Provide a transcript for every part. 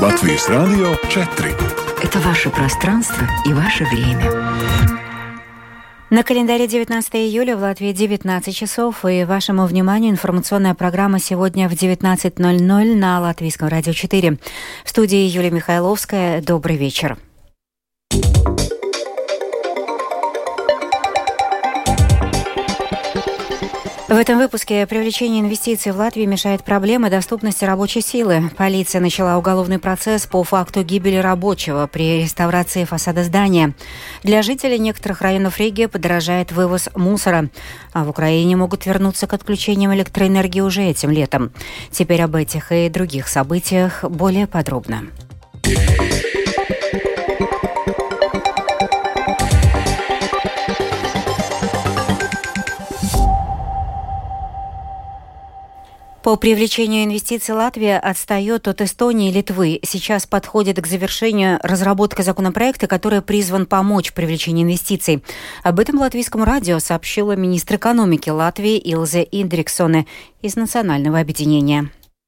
Латвийс Радио 4. Это ваше пространство и ваше время. На календаре 19 июля в Латвии 19 часов. И вашему вниманию информационная программа сегодня в 19:00 на Латвийском радио 4. В студии Юлия Михайловская. Добрый вечер. В этом выпуске привлечение инвестиций в Латвии мешает проблема доступности рабочей силы. Полиция начала уголовный процесс по факту гибели рабочего при реставрации фасада здания. Для жителей некоторых районов Риги подорожает вывоз мусора. А в Украине могут вернуться к отключениям электроэнергии уже этим летом. Теперь об этих и других событиях более подробно. По привлечению инвестиций Латвия отстает от Эстонии и Литвы. Сейчас подходит к завершению разработка законопроекта, который призван помочь в привлечении инвестиций. Об этом Латвийскому радио сообщила министр экономики Латвии Илзе Индриксоне из Национального объединения.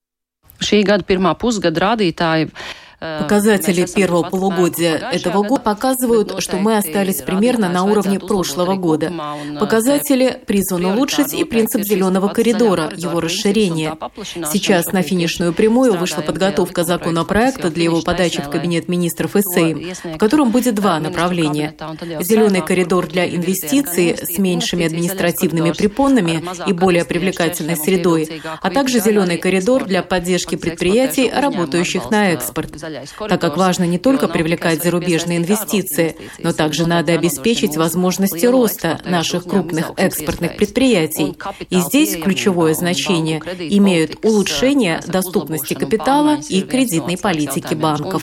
Показатели первого полугодия этого года показывают, что мы остались примерно на уровне прошлого года. Показатели призваны улучшить и принцип зеленого коридора, его расширение. Сейчас на финишную прямую вышла подготовка законопроекта для его подачи в Кабинет министров и Сейм, в котором будет два направления. Зеленый коридор для инвестиций с меньшими административными препонами и более привлекательной средой, а также зеленый коридор для поддержки предприятий, работающих на экспорт. Так как важно не только привлекать зарубежные инвестиции, но также надо обеспечить возможности роста наших крупных экспортных предприятий. И здесь ключевое значение имеют улучшение доступности капитала и кредитной политики банков.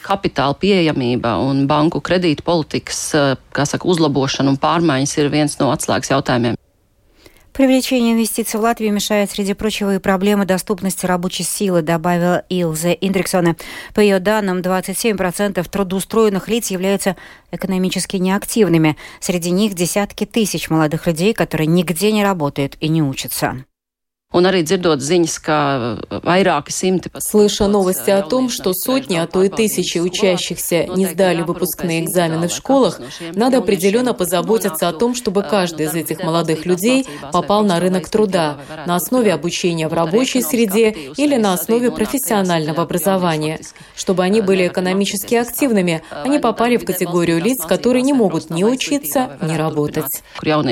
Привлечение инвестиций в Латвию мешает, среди прочего, и проблемы доступности рабочей силы, добавила Илзе Индриксоне. По ее данным, 27% трудоустроенных лиц являются экономически неактивными. Среди них десятки тысяч молодых людей, которые нигде не работают и не учатся. Слыша новости о том, что сотни, а то и тысячи учащихся не сдали выпускные экзамены в школах, надо определенно позаботиться о том, чтобы каждый из этих молодых людей попал на рынок труда на основе обучения в рабочей среде или на основе профессионального образования, чтобы они были экономически активными, а не попали в категорию лиц, которые не могут ни учиться, ни работать.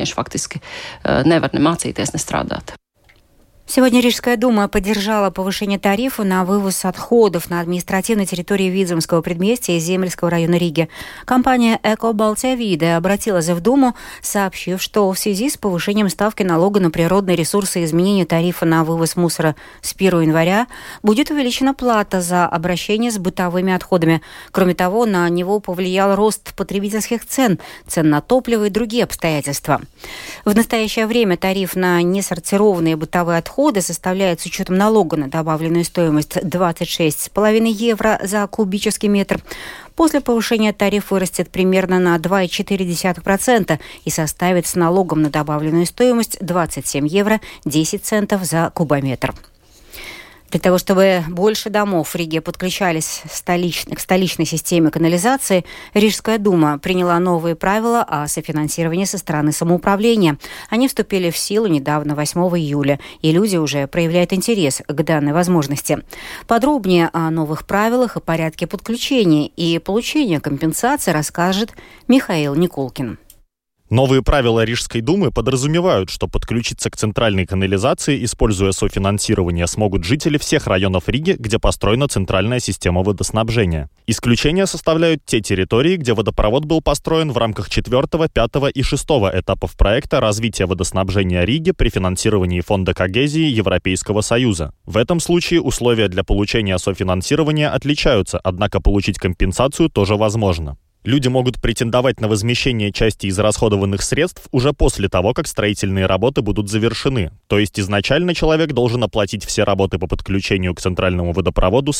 Сегодня Рижская дума поддержала повышение тарифа на вывоз отходов на административной территории Видземского предместья и Земельского района Риги. Компания «Эко Балтия Виде» обратилась в Думу, сообщив, что в связи с повышением ставки налога на природные ресурсы и изменением тарифа на вывоз мусора с 1 января будет увеличена плата за обращение с бытовыми отходами. Кроме того, на него повлиял рост потребительских цен на топливо и другие обстоятельства. В настоящее время тариф на несортированные бытовые отходы составляет с учетом налога на добавленную стоимость 26,5 евро за кубический метр. После повышения тариф вырастет примерно на 2,4% и составит с налогом на добавленную стоимость 27 евро 10 центов за кубометр. Для того, чтобы больше домов в Риге подключались к столичной системе канализации, Рижская дума приняла новые правила о софинансировании со стороны самоуправления. Они вступили в силу недавно, 8 июля, и люди уже проявляют интерес к данной возможности. Подробнее о новых правилах и порядке подключения и получения компенсации расскажет Михаил Никулкин. Новые правила Рижской думы подразумевают, что подключиться к центральной канализации, используя софинансирование, смогут жители всех районов Риги, где построена центральная система водоснабжения. Исключения составляют те территории, где водопровод был построен в рамках 4, 5 и 6 этапов проекта развития водоснабжения Риги при финансировании Фонда когезии Европейского Союза. В этом случае условия для получения софинансирования отличаются, однако получить компенсацию тоже возможно. Люди могут претендовать на возмещение части израсходованных средств уже после того, как строительные работы будут завершены. То есть изначально человек должен оплатить все работы по подключению к центральному водопроводу сам.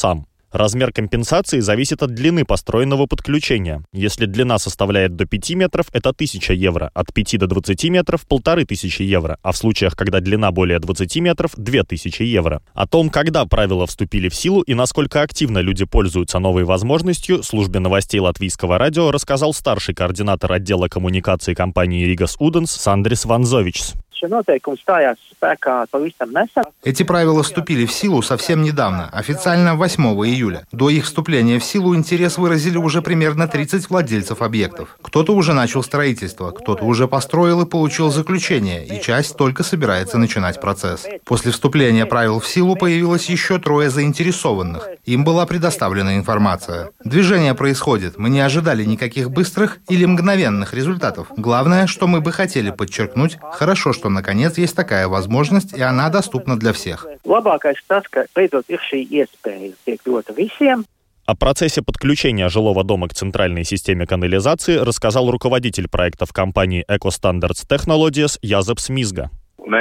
Размер компенсации зависит от длины построенного подключения. Если длина составляет до 5 метров, это 1000 евро, от 5 до 20 метров – 1500 евро, а в случаях, когда длина более 20 метров – 2000 евро. О том, когда правила вступили в силу и насколько активно люди пользуются новой возможностью, службе новостей Латвийского радио рассказал старший координатор отдела коммуникации компании Риgas Ūdens Сандрис Ванзовичс. Эти правила вступили в силу совсем недавно, официально 8 июля. До их вступления в силу интерес выразили уже примерно 30 владельцев объектов. Кто-то уже начал строительство, кто-то уже построил и получил заключение, и часть только собирается начинать процесс. После вступления правил в силу появилось еще 3 заинтересованных. Им была предоставлена информация. Движение происходит. Мы не ожидали никаких быстрых или мгновенных результатов. Главное, что мы бы хотели подчеркнуть, хорошо, что наконец есть такая возможность, и она доступна для всех. О процессе подключения жилого дома к центральной системе канализации рассказал руководитель проектов компании Ecostandards Technologies Jāzeps Mizga.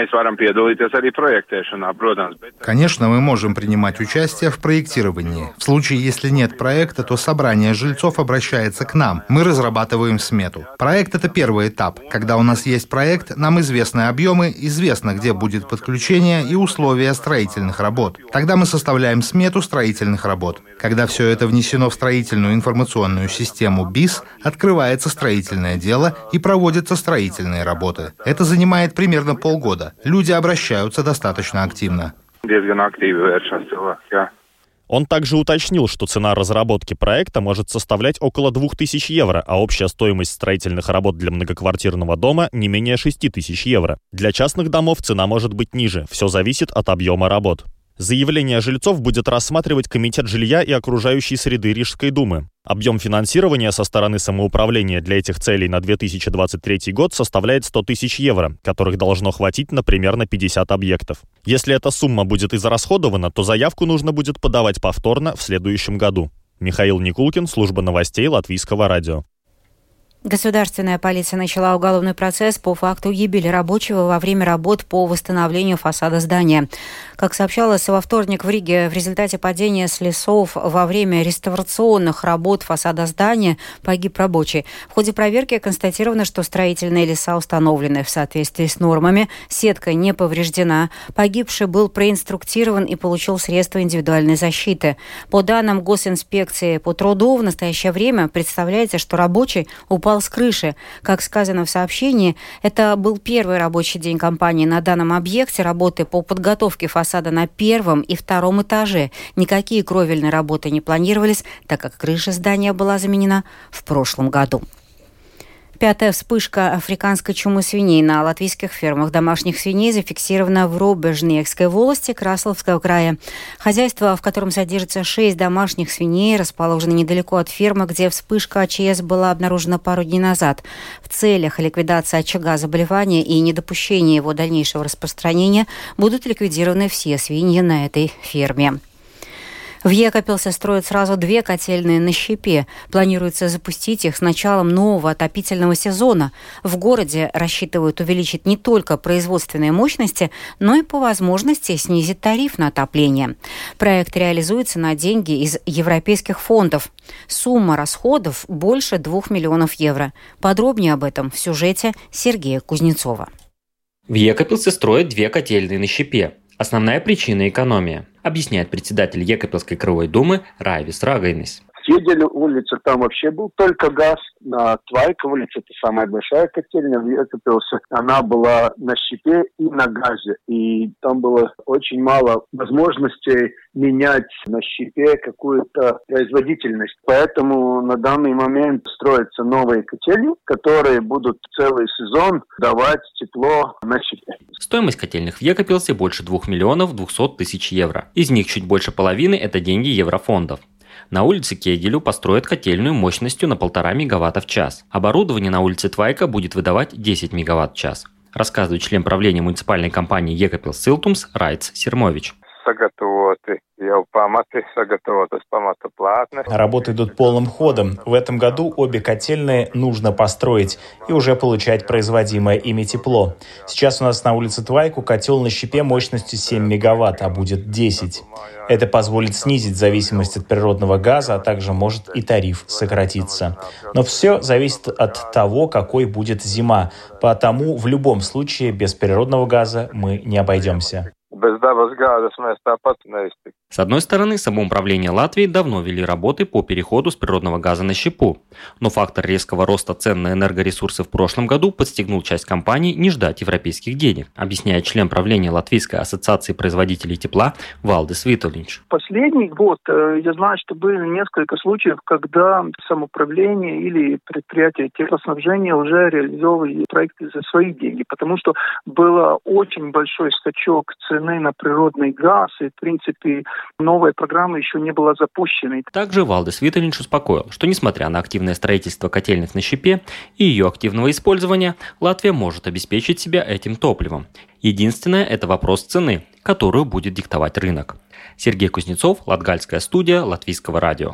Конечно, мы можем принимать участие в проектировании. В случае, если нет проекта, то собрание жильцов обращается к нам. Мы разрабатываем смету. Проект — это первый этап. Когда у нас есть проект, нам известны объемы, известно, где будет подключение и условия строительных работ. Тогда мы составляем смету строительных работ. Когда все это внесено в строительную информационную систему БИС, открывается строительное дело и проводятся строительные работы. Это занимает примерно полгода. Люди обращаются достаточно активно. Он также уточнил, что цена разработки проекта может составлять около 2000 евро, а общая стоимость строительных работ для многоквартирного дома не менее 6000 евро. Для частных домов цена может быть ниже, все зависит от объема работ. Заявление жильцов будет рассматривать Комитет жилья и окружающей среды Рижской думы. Объем финансирования со стороны самоуправления для этих целей на 2023 год составляет 100 000 евро, которых должно хватить на примерно 50 объектов. Если эта сумма будет израсходована, то заявку нужно будет подавать повторно в следующем году. Михаил Никулкин, служба новостей Латвийского радио. Государственная полиция начала уголовный процесс по факту гибели рабочего во время работ по восстановлению фасада здания. Как сообщалось во вторник в Риге, в результате падения с лесов во время реставрационных работ фасада здания погиб рабочий. В ходе проверки констатировано, что строительные леса установлены в соответствии с нормами, сетка не повреждена, погибший был проинструктирован и получил средства индивидуальной защиты. По данным Госинспекции по труду, в настоящее время представляется, что рабочий упал с крыши. Как сказано в сообщении, это был первый рабочий день компании на данном объекте. Работы по подготовке фасада на 1 и 2 этаже. Никакие кровельные работы не планировались, так как крыша здания была заменена в прошлом году. 5-я вспышка африканской чумы свиней на латвийских фермах домашних свиней зафиксирована в Робежниекской волости Красловского края. Хозяйство, в котором содержится 6 домашних свиней, расположено недалеко от фермы, где вспышка АЧС была обнаружена пару дней назад. В целях ликвидации очага заболевания и недопущения его дальнейшего распространения будут ликвидированы все свиньи на этой ферме. В Екапелсе строят сразу 2 котельные на щепе. Планируется запустить их с началом нового отопительного сезона. В городе рассчитывают увеличить не только производственные мощности, но и по возможности снизить тариф на отопление. Проект реализуется на деньги из европейских фондов. Сумма расходов больше 2 миллионов евро. Подробнее об этом в сюжете Сергея Кузнецова. В Екапелсе строят 2 котельные на щепе. Основная причина – экономия, объясняет председатель Екапельской краевой думы Райвис Рагайнис. Ездили улицы, там вообще был только газ. На Твайка улице, это самая большая котельня в Екапелсе, она была на щепе и на газе. И там было очень мало возможностей менять на щепе какую-то производительность. Поэтому на данный момент строятся новые котельни, которые будут целый сезон давать тепло на щепе. Стоимость котельных в Екапелсе больше 2 миллионов 200 тысяч евро. Из них чуть больше половины – это деньги еврофондов. На улице Кегелю построят котельную мощностью на 1,5 мегаватта в час. Оборудование на улице Твайка будет выдавать 10 мегаватт в час, рассказывает член правления муниципальной компании Екапелс Силтумс Райтс Сермович. Работы идут полным ходом. В этом году обе котельные нужно построить и уже получать производимое ими тепло. Сейчас у нас на улице Твайку котел на щепе мощностью 7 мегаватт, а будет 10. Это позволит снизить зависимость от природного газа, а также может и тариф сократиться. Но все зависит от того, какой будет зима. Потому в любом случае без природного газа мы не обойдемся. С одной стороны, самоуправление Латвии давно вели работы по переходу с природного газа на щепу. Но фактор резкого роста цен на энергоресурсы в прошлом году подстегнул часть компаний не ждать европейских денег, объясняет член правления Латвийской ассоциации производителей тепла Валдис Витолинч. Последний год я знаю, что были несколько случаев, когда самоуправление или предприятие теплоснабжения уже реализовывали проекты за свои деньги, потому что был очень большой скачок цены на природный газ, и, в принципе, новая программа еще не была запущена. Также Валдис Витолинч успокоил, что несмотря на активное строительство котельных на щепе и ее активного использования, Латвия может обеспечить себя этим топливом. Единственное – это вопрос цены, которую будет диктовать рынок. Сергей Кузнецов, Латгальская студия, Латвийского радио.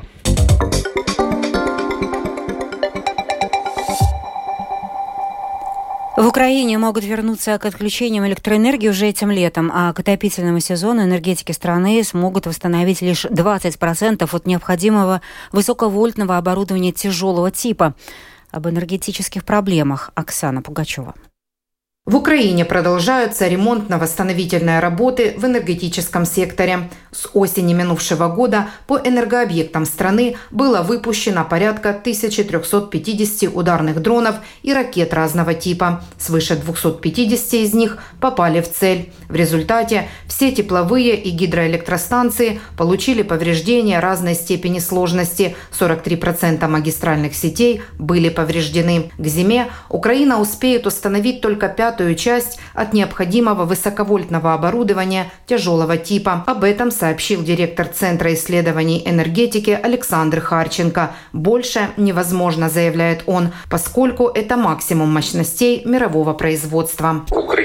В Украине могут вернуться к отключениям электроэнергии уже этим летом, а к отопительному сезону энергетики страны смогут восстановить лишь 20% от необходимого высоковольтного оборудования тяжелого типа. Об энергетических проблемах Оксана Пугачева. В Украине продолжаются ремонтно-восстановительные работы в энергетическом секторе. С осени минувшего года по энергообъектам страны было выпущено порядка 1350 ударных дронов и ракет разного типа. Свыше 250 из них попали в цель. В результате все тепловые и гидроэлектростанции получили повреждения разной степени сложности. 43% магистральных сетей были повреждены. К зиме Украина успеет установить только пятую часть от необходимого высоковольтного оборудования тяжелого типа. Об этом сообщил директор Центра исследований энергетики Александр Харченко. Больше невозможно, заявляет он, поскольку это максимум мощностей мирового производства.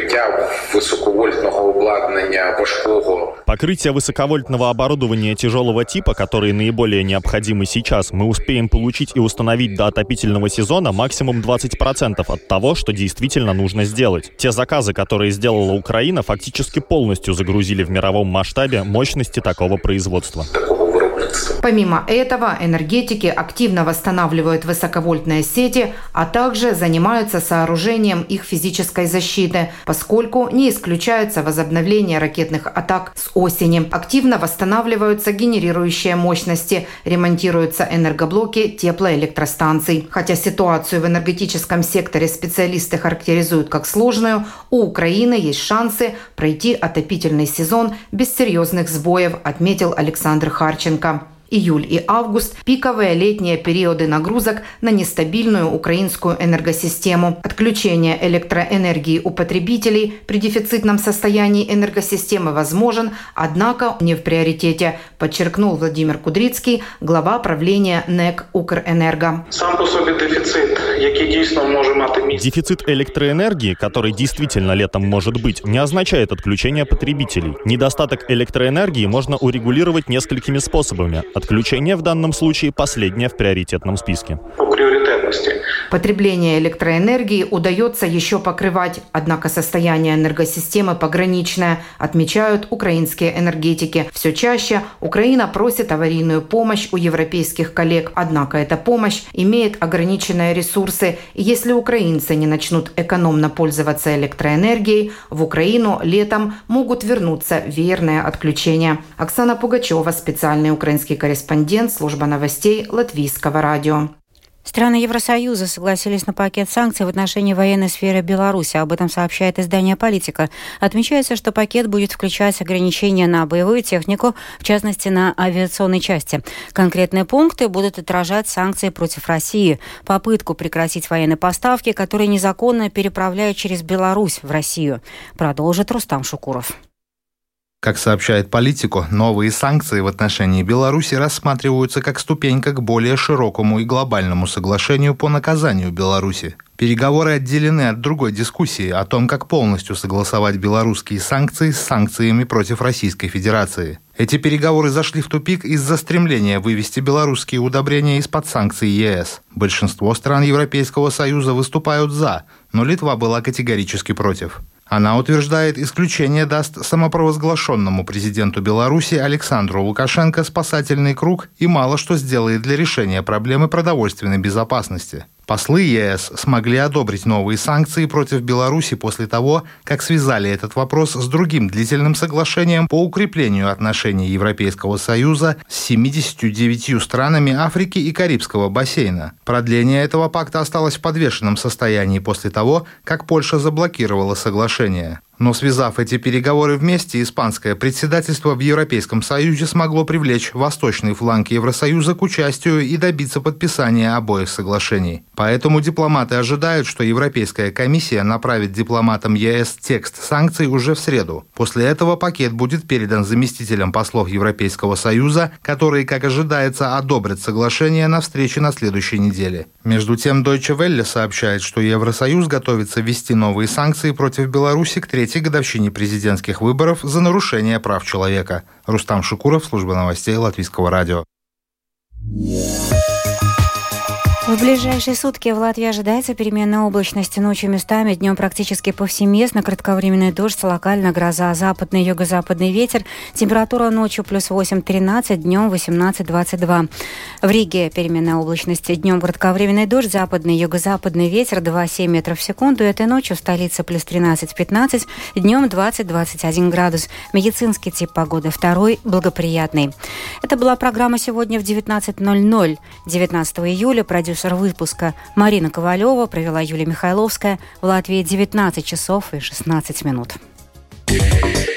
Покрытие высоковольтного оборудования тяжелого типа, которые наиболее необходимы сейчас, мы успеем получить и установить до отопительного сезона максимум 20% от того, что действительно нужно сделать. Те заказы, которые сделала Украина, фактически полностью загрузили в мировом масштабе мощности такого производства. Помимо этого, энергетики активно восстанавливают высоковольтные сети, а также занимаются сооружением их физической защиты, поскольку не исключается возобновление ракетных атак с осени. Активно восстанавливаются генерирующие мощности, ремонтируются энергоблоки теплоэлектростанций. Хотя ситуацию в энергетическом секторе специалисты характеризуют как сложную, у Украины есть шансы пройти отопительный сезон без серьезных сбоев, отметил Александр Харченко. Июль и август – пиковые летние периоды нагрузок на нестабильную украинскую энергосистему. Отключение электроэнергии у потребителей при дефицитном состоянии энергосистемы возможен, однако не в приоритете, подчеркнул Владимир Кудрицкий, глава правления НЭК «Укрэнерго». Сам по собі дефицит, який дійсно може мати місце. Дефицит электроэнергии, который действительно летом может быть, не означает отключение потребителей. Недостаток электроэнергии можно урегулировать несколькими способами. Отключение в данном случае последнее в приоритетном списке. Потребление электроэнергии удается еще покрывать, однако состояние энергосистемы пограничное, отмечают украинские энергетики. Все чаще Украина просит аварийную помощь у европейских коллег, однако эта помощь имеет ограниченные ресурсы, и если украинцы не начнут экономно пользоваться электроэнергией, в Украину летом могут вернуться веерные отключения. Оксана Пугачева, специальный украинский корреспондент, служба новостей Латвийского радио. Страны Евросоюза согласились на пакет санкций в отношении военной сферы Беларуси. Об этом сообщает издание «Политика». Отмечается, что пакет будет включать ограничения на боевую технику, в частности, на авиационной части. Конкретные пункты будут отражать санкции против России, попытку прекратить военные поставки, которые незаконно переправляют через Беларусь в Россию. Продолжит Рустам Шукуров. Как сообщает Политико, новые санкции в отношении Беларуси рассматриваются как ступенька к более широкому и глобальному соглашению по наказанию Беларуси. Переговоры отделены от другой дискуссии о том, как полностью согласовать белорусские санкции с санкциями против Российской Федерации. Эти переговоры зашли в тупик из-за стремления вывести белорусские удобрения из-под санкций ЕС. Большинство стран Европейского Союза выступают «за», но Литва была категорически против. Она утверждает, исключение даст самопровозглашенному президенту Беларуси Александру Лукашенко спасательный круг и мало что сделает для решения проблемы продовольственной безопасности. Послы ЕС смогли одобрить новые санкции против Беларуси после того, как связали этот вопрос с другим длительным соглашением по укреплению отношений Европейского Союза с 79 странами Африки и Карибского бассейна. Продление этого пакта осталось в подвешенном состоянии после того, как Польша заблокировала соглашение. Но связав эти переговоры вместе, испанское председательство в Европейском Союзе смогло привлечь восточный фланг Евросоюза к участию и добиться подписания обоих соглашений. Поэтому дипломаты ожидают, что Европейская комиссия направит дипломатам ЕС текст санкций уже в среду. После этого пакет будет передан заместителям послов Европейского Союза, которые, как ожидается, одобрят соглашение на встрече на следующей неделе. Между тем, Deutsche Welle сообщает, что Евросоюз готовится ввести новые санкции против Беларуси к третьей годовщине президентских выборов за нарушение прав человека. Рустам Шукуров, служба новостей Латвийского радио. В ближайшие сутки в Латвии ожидается переменная облачность. Ночью местами, днем практически повсеместно кратковременный дождь, локально гроза, западный и юго-западный ветер. Температура ночью плюс 8-13, днем 18-22. В Риге переменная облачность, днем кратковременный дождь, западный и юго-западный ветер 2,7 метров в секунду. Этой ночью столица плюс 13-15, днем 20-21 градус. Медицинский тип погоды второй, благоприятный. Это была программа сегодня в 19:00. 19 июля продюсер выпуска Марина Ковалева, провела Юлия Михайловская. В Латвии 19 часов и 16 минут.